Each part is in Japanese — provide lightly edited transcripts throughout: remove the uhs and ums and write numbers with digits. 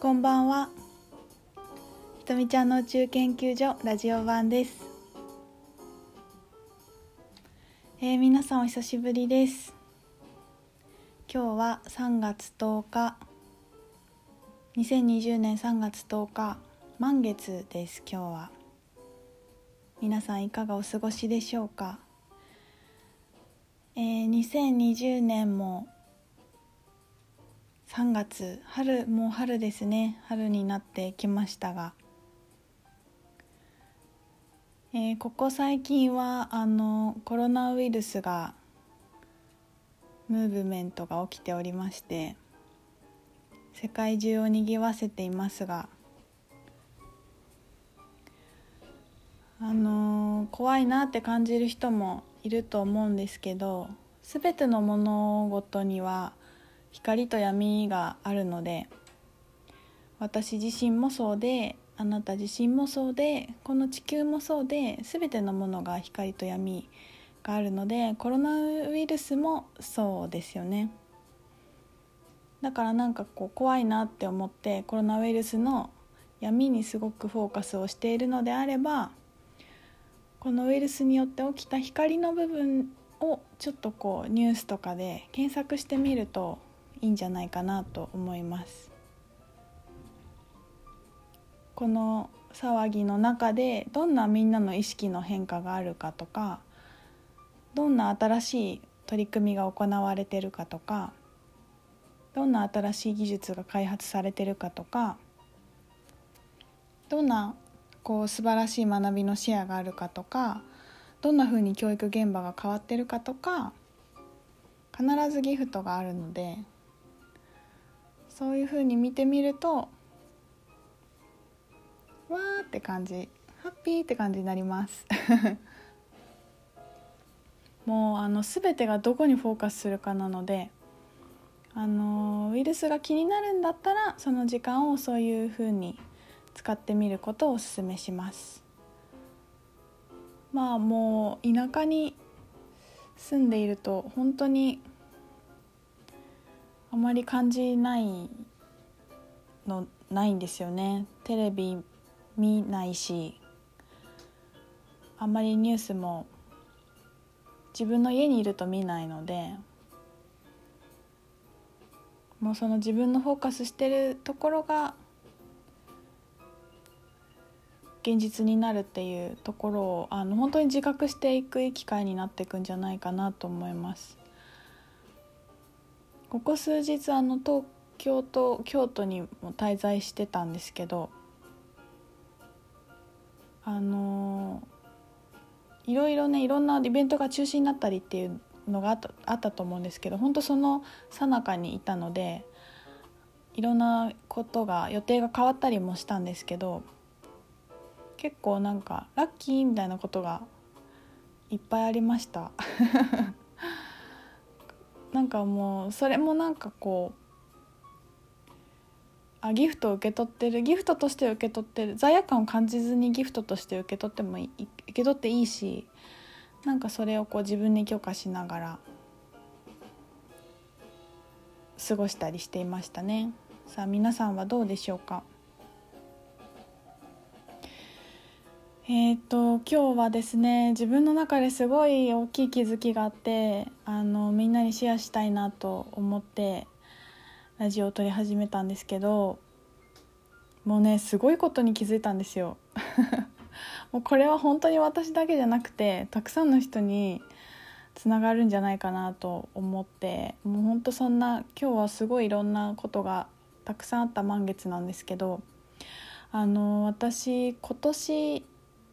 こんばんは。ひとみちゃんの宇宙研究所ラジオ版です。皆さんお久しぶりです。今日は3月10日2020年3月10日満月です。今日は皆さんいかがお過ごしでしょうか。2020年も3月もう春ですね。春になってきましたが、ここ最近はコロナウイルスがムーブメントが起きておりまして、世界中を賑わせていますが、怖いなって感じる人もいると思うんですけど、全ての物事には光と闇があるので、私自身もそうで、あなた自身もそうで、この地球もそうで、全てのものが光と闇があるので、コロナウイルスもそうですよね。だから怖いなって思って、コロナウイルスの闇にすごくフォーカスをしているのであれば、このウイルスによって起きた光の部分をちょっとニュースとかで検索してみるといいんじゃないかなと思います。この騒ぎの中でどんなみんなの意識の変化があるかとか、どんな新しい取り組みが行われているかとか、どんな新しい技術が開発されているかとか、どんな素晴らしい学びのシェアがあるかとか、どんな風に教育現場が変わっているかとか、必ずギフトがあるので、そういう風に見てみるとわーって感じ、ハッピーって感じになりますもう全てがどこにフォーカスするかなので、ウイルスが気になるんだったら、その時間をそういう風に使ってみることをお勧めします。もう田舎に住んでいると本当にあまり感じないんですよね。テレビ見ないし、あんまりニュースも自分の家にいると見ないので、もうその自分のフォーカスしてるところが現実になるっていうところを本当に自覚していく機会になっていくんじゃないかなと思います。ここ数日東京と京都にも滞在してたんですけど、いろいろね、いろんなイベントが中止になったりっていうのがあったと思うんですけど、本当その最中にいたので、いろんなことが予定が変わったりもしたんですけど、結構ラッキーみたいなことがいっぱいありましたもうそれもギフトを受け取ってる、ギフトとして受け取ってる、罪悪感を感じずにギフトとして受け取っていいし、それを自分に許可しながら過ごしたりしていましたね。さあ皆さんはどうでしょうか。今日はですね、自分の中ですごい大きい気づきがあって、みんなにシェアしたいなと思ってラジオを撮り始めたんですけど、もうね、すごいことに気づいたんですよもうこれは本当に私だけじゃなくて、たくさんの人につながるんじゃないかなと思って、もう本当今日はすごいいろんなことがたくさんあった満月なんですけど、私今年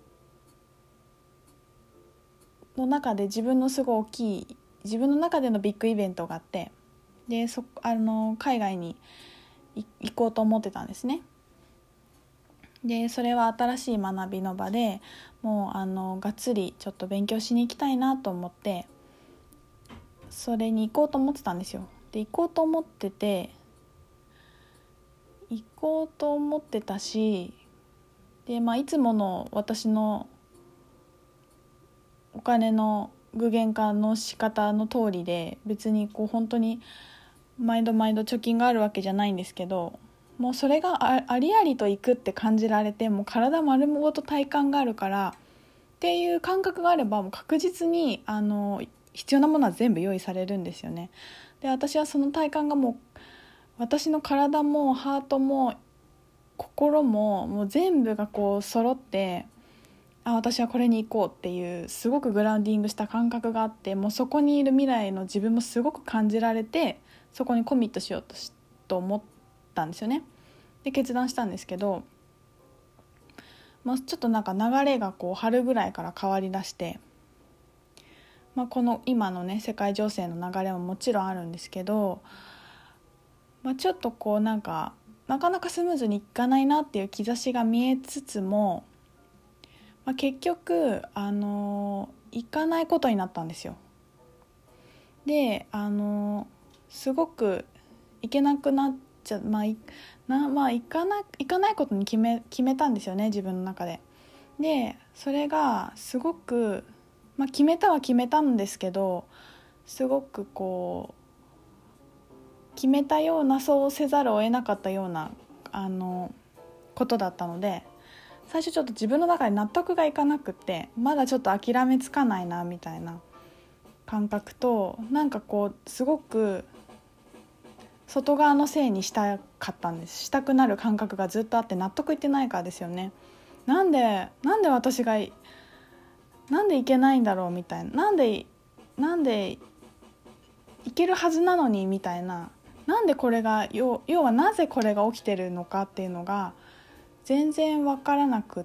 の中で自分のすごい大きい、自分の中でのビッグイベントがあって、で海外に行こうと思ってたんですね。でそれは新しい学びの場で、もうがっつりちょっと勉強しに行きたいなと思って、それに行こうと思ってたんですよ。で行こうと思ってたし、でいつもの私のお金の具現化の仕方の通りで、別に本当に毎度毎度貯金があるわけじゃないんですけど、 もうそれがありありといくって感じられて、もう体丸ごと体感があるからっていう感覚があれば、もう確実に必要なものは全部用意されるんですよね。で私はその体感がもう私の体もハートも心ももう全部がこう揃って、私はこれに行こうっていうすごくグラウンディングした感覚があって、もうそこにいる未来の自分もすごく感じられて、そこにコミットしようと思ったんですよね。で決断したんですけど、ちょっとなんか流れがこう春ぐらいから変わりだして、この今のね世界情勢の流れももちろんあるんですけど、ちょっとこうなかなかスムーズにいかないなっていう兆しが見えつつも、結局いかないことになったんですよ。ですごくいけなくなっちゃいかないことに決めたんですよね、自分の中で。でそれがすごく、決めたんですけど、すごくこう決めたような、そうせざるを得なかったようなことだったので、最初ちょっと自分の中で納得がいかなくって、まだちょっと諦めつかないなみたいな感覚と、なんかこうすごく外側のせいにしたかったんです。したくなる感覚がずっとあって、納得いってないからですよね。なんで私がなんでいけないんだろうみたいな、なんでいけるはずなのにみたいな、なんでこれが要はなぜこれが起きてるのかっていうのが全然分からなくって、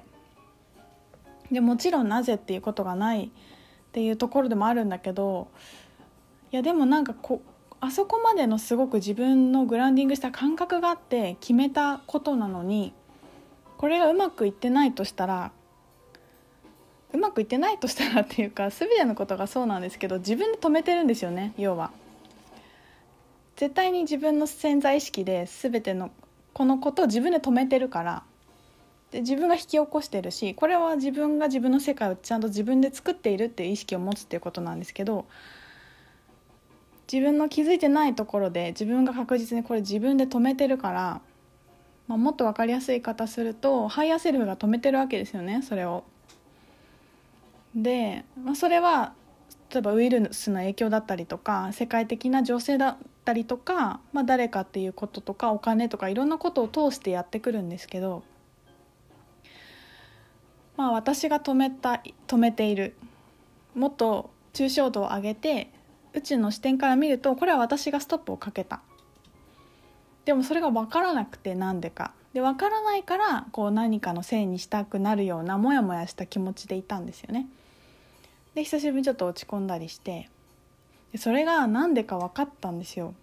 でもちろんなぜっていうことがないっていうところでもあるんだけど、いやでもなんかあそこまでのすごく自分のグラウンディングした感覚があって決めたことなのに、これがうまくいってないとしたらっていうか、全てのことがそうなんですけど、自分で止めてるんですよね。要は絶対に自分の潜在意識で全てのこのことを自分で止めてるから、で自分が引き起こしてるし、これは自分が自分の世界をちゃんと自分で作っているっていう意識を持つっていうことなんですけど、自分の気づいてないところで自分が確実にこれ自分で止めてるから、もっと分かりやすい言い方すると、ハイヤーセルフが止めてるわけですよね、それを。で、それは例えばウイルスの影響だったりとか、世界的な情勢だったりとか、誰かっていうこととかお金とかいろんなことを通してやってくるんですけど、私が止めている、もっと抽象度を上げて宇宙の視点から見ると、これは私がストップをかけた。でもそれが分からなくて、なんでかで分からないから、こう何かのせいにしたくなるようなモヤモヤした気持ちでいたんですよね。で久しぶりにちょっと落ち込んだりして、でそれがなんでか分かったんですよ。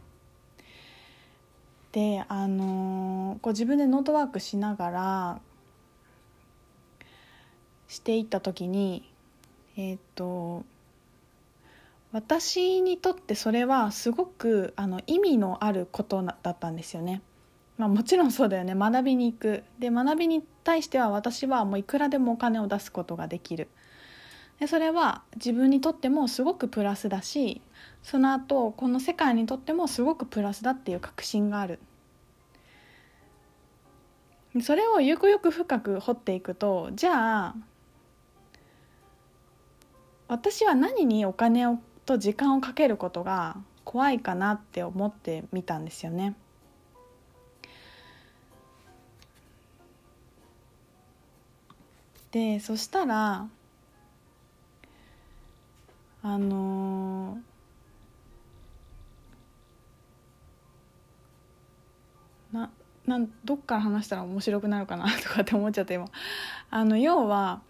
でこう自分でノートワークしながらしていった時に、私にとってそれはすごく意味のあることだったんですよね。もちろんそうだよね、学びに行く。で学びに対しては私はもういくらでもお金を出すことができる。でそれは自分にとってもすごくプラスだし、その後この世界にとってもすごくプラスだっていう確信がある。それをよくよく深く掘っていくと、じゃあ私は何にお金と時間をかけることが怖いかなって思ってみたんですよね。でそしたらどっから話したら面白くなるかなとかって思っちゃって今。要は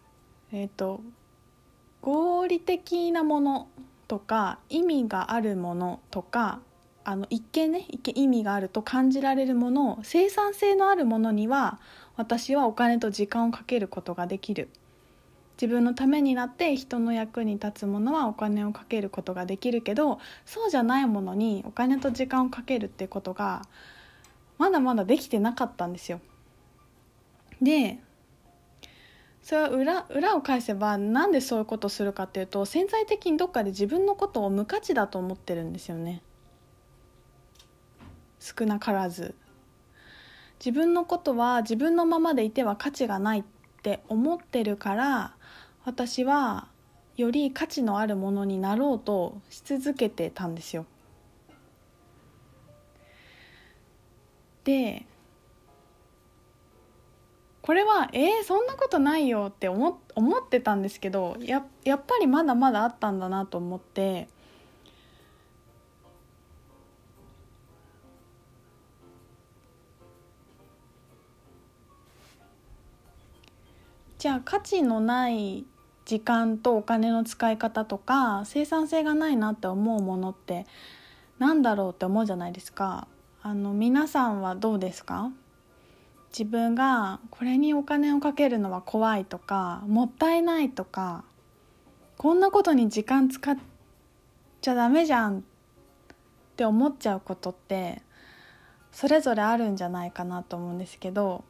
合理的なものとか意味があるものとか、一見意味があると感じられるもの、生産性のあるものには私はお金と時間をかけることができる。自分のためになって人の役に立つものはお金をかけることができるけど、そうじゃないものにお金と時間をかけるってことがまだまだできてなかったんですよ。でそれは裏を返せば、なんでそういうことをするかっていうと、潜在的にどっかで自分のことを無価値だと思ってるんですよね、少なからず。 自分のことは自分のままでいては価値がないって思ってるから、私はより価値のあるものになろうとし続けてたんですよ。でこれはそんなことないよって思ってたんですけど、やっぱりまだまだあったんだなと思って、じゃあ価値のない時間とお金の使い方とか生産性がないなって思うものってなんだろうって思うじゃないですか。皆さんはどうですか？自分がこれにお金をかけるのは怖いとか、もったいないとか、こんなことに時間使っちゃダメじゃんって思っちゃうことってそれぞれあるんじゃないかなと思うんですけど、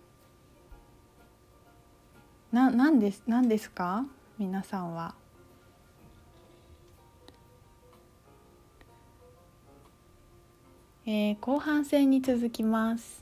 なんですか皆さんは。後半戦に続きます。